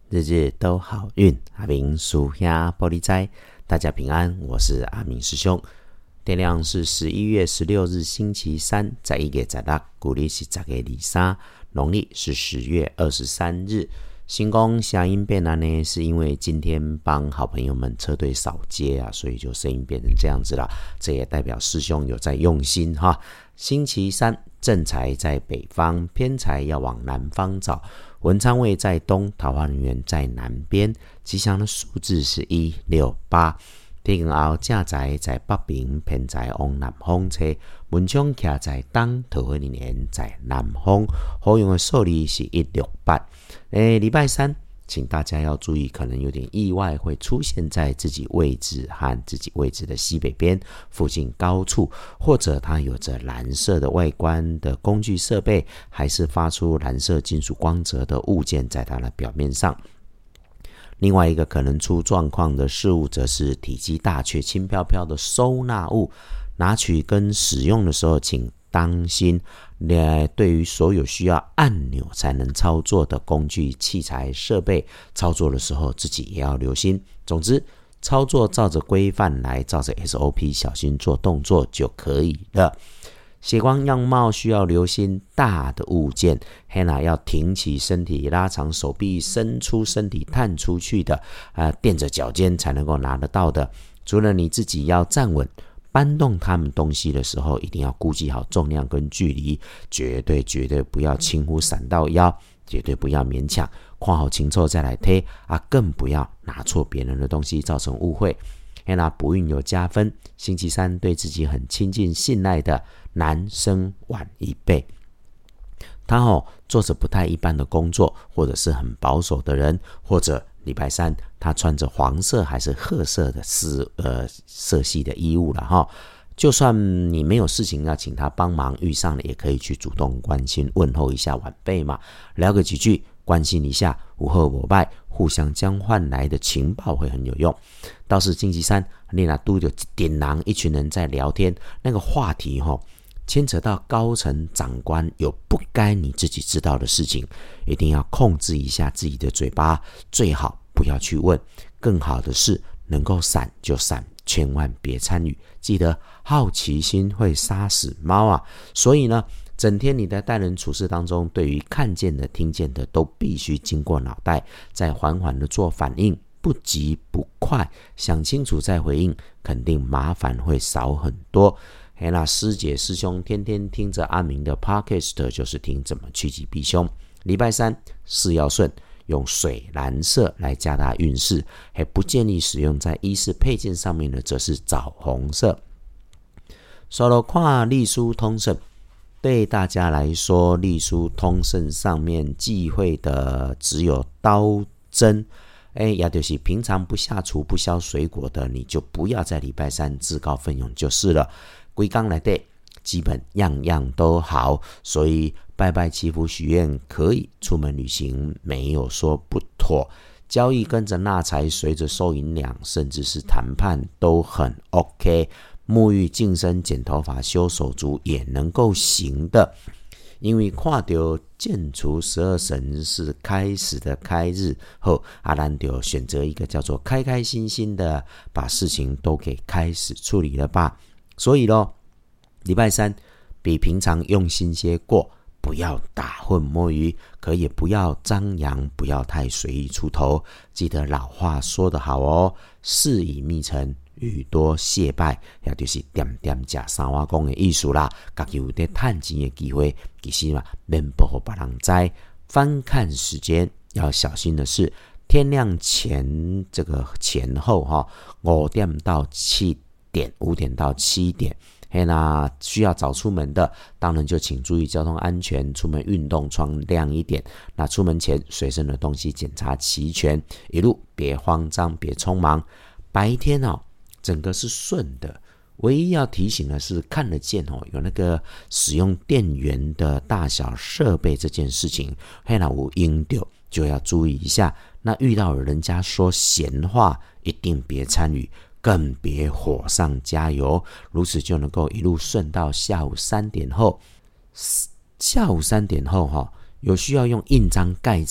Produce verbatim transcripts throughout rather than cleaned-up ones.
日日都好运，阿明属下玻璃斋，大家平安，我是阿明师兄。天亮是十一月十六日星期三，在一月十六，古历是十月二十三，农历是十月二十三日。星光声音变了呢，是因为今天帮好朋友们车队扫街啊，所以就声音变成这样子了。这也代表师兄有在用心哈。星期三，正财在北方，偏财要往南方找。文昌位在东，桃花人缘在南边，吉祥的数字是一六八。天光后正财在北边，偏财往南方车。文昌徛在东，桃花人缘在南方，好用的数字是一六八。诶，礼拜三，请大家要注意，可能有点意外会出现在自己位置和自己位置的西北边附近高处，或者它有着蓝色的外观的工具设备，还是发出蓝色金属光泽的物件在它的表面上。另外一个可能出状况的事物，则是体积大却轻飘飘的收纳物，拿取跟使用的时候，请当心。对于所有需要按钮才能操作的工具、器材、设备，操作的时候自己也要留心。总之，操作照着规范来，照着 S O P 小心做动作就可以了。血光样貌需要留心大的物件，黑娜要挺起身体，拉长手臂，伸出身体探出去的，呃，垫着脚尖才能够拿得到的。除了你自己要站稳，搬动他们东西的时候，一定要估计好重量跟距离，绝对绝对不要轻忽闪到腰，绝对不要勉强，看好清楚再来推啊，更不要拿错别人的东西造成误会。黑娜补运有加分，星期三对自己很亲近信赖的男生晚一倍。他哦做着不太一般的工作，或者是很保守的人，或者礼拜三他穿着黄色还是褐色的丝呃色系的衣物了哈。就算你没有事情要请他帮忙，遇上了也可以去主动关心问候一下晚辈嘛，聊个几句，关心一下，无后无拜，互相将换来的情报会很有用。倒是星期三，你那都有点囊一群人在聊天，那个话题齁牵扯到高层长官有不该你自己知道的事情，一定要控制一下自己的嘴巴，最好不要去问。更好的是能够闪就闪，千万别参与。记得好奇心会杀死猫啊！所以呢，整天你的待人处事当中，对于看见的、听见的，都必须经过脑袋，再缓缓的做反应，不急不快，想清楚再回应，肯定麻烦会少很多。嘿，那师姐师兄天天听着阿明的 Podcast， 就是听怎么趋吉避凶。礼拜三事要顺，用水蓝色来加大运势，还不建议使用在衣饰配件上面的，则是枣红色。说了看隶书通胜，对大家来说，隶书通胜上面忌讳的只有刀针。哎，也就是平常不下厨不削水果的，你就不要在礼拜三自告奋勇就是了。规工来对，基本样样都好，所以拜拜祈福许愿可以，出门旅行没有说不妥，交易跟着纳财，随着收银两，甚至是谈判都很 OK。沐浴净身、剪头发、修手足也能够行的。因为看到建除十二神是开始的开日后，阿兰就选择一个叫做开开心心的，把事情都给开始处理了吧。所以咯，礼拜三比平常用心些过，不要打混摸鱼，可也不要张扬，不要太随意出头。记得老话说得好哦，事以密成，语多谢拜，也就是点点吃三碗公的意思啦。自己有得赚钱的机会，其实嘛，免不给别人知。翻看时间要小心的是，天亮前这个前后哈，五点到七点，五点到七点。嘿，那需要早出门的，当然就请注意交通安全，出门运动穿亮一点。那出门前随身的东西检查齐全，一路别慌张，别匆忙。白天哦，整个是顺的，唯一要提醒的是，看得见哦，有那个使用电源的大小设备这件事情，嘿，那有应到就要注意一下。那遇到人家说闲话，一定别参与。更别火上加油，如此就能够一路顺到下午三点后。下午三点后哈，有需要用印章盖章，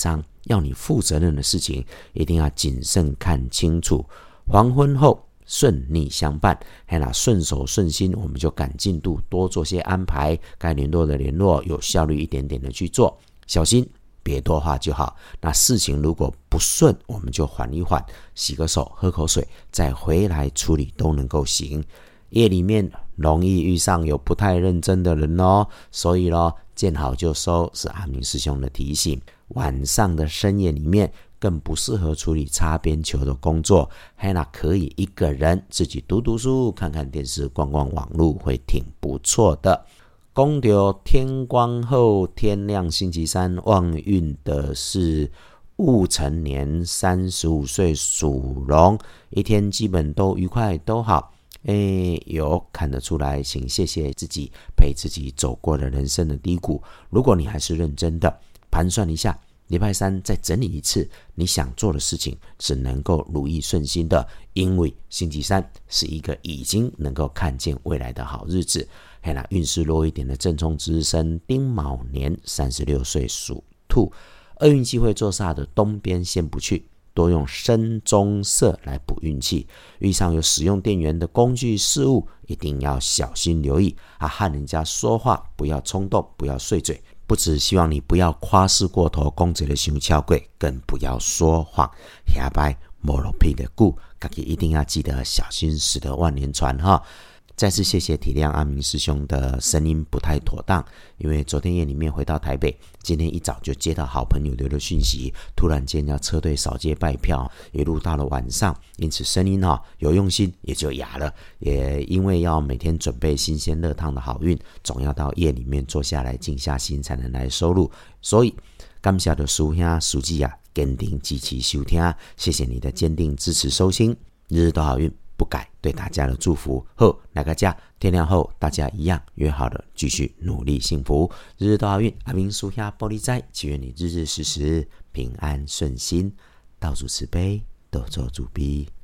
要你负责任的事情，一定要谨慎看清楚。黄昏后顺利相伴，嘿啦，顺手顺心，我们就赶进度，多做些安排，该联络的联络，有效率一点点的去做，小心别多话就好。那事情如果不顺，我们就缓一缓，洗个手，喝口水，再回来处理都能够行。夜里面容易遇上有不太认真的人哦，所以咯，见好就收是阿明师兄的提醒。晚上的深夜里面更不适合处理擦边球的工作，还那可以一个人自己读读书，看看电视，逛逛网路，会挺不错的。讲到天光后天亮星期三，旺运的是戊辰年三十五岁属龙，一天基本都愉快都好。诶，有看得出来，请谢谢自己陪自己走过了人生的低谷。如果你还是认真的盘算一下，礼拜三再整理一次，你想做的事情是能够如意顺心的，因为星期三是一个已经能够看见未来的好日子。嘿啦，运势弱一点的正冲值日生丁卯年三十六岁属兔，厄运机会坐煞的东边先不去，多用深棕色来补运气。遇上有使用电源的工具事物，一定要小心留意啊！和人家说话不要冲动，不要碎嘴。不只希望你不要夸饰过头，讲一个伤超过，更不要说谎。下摆没落屁的故，自己一定要记得小心驶得万年船哈。再次谢谢体谅阿明师兄的声音不太妥当，因为昨天夜里面回到台北，今天一早就接到好朋友留的讯息，突然间要车队扫街拜票，一路到了晚上，因此声音哈有用心也就哑了，也因为要每天准备新鲜热烫的好运，总要到夜里面坐下来静下心才能来收录，所以感谢的师兄师姐啊，坚定支持收听，谢谢你的坚定支持收听，日日都好运。不改对大家的祝福。好，那个家天亮后大家一样约好了继续努力幸福，日日都好运。阿明属下玻璃斋，祈愿你日日时时平安顺心，道主慈悲，多做主逼。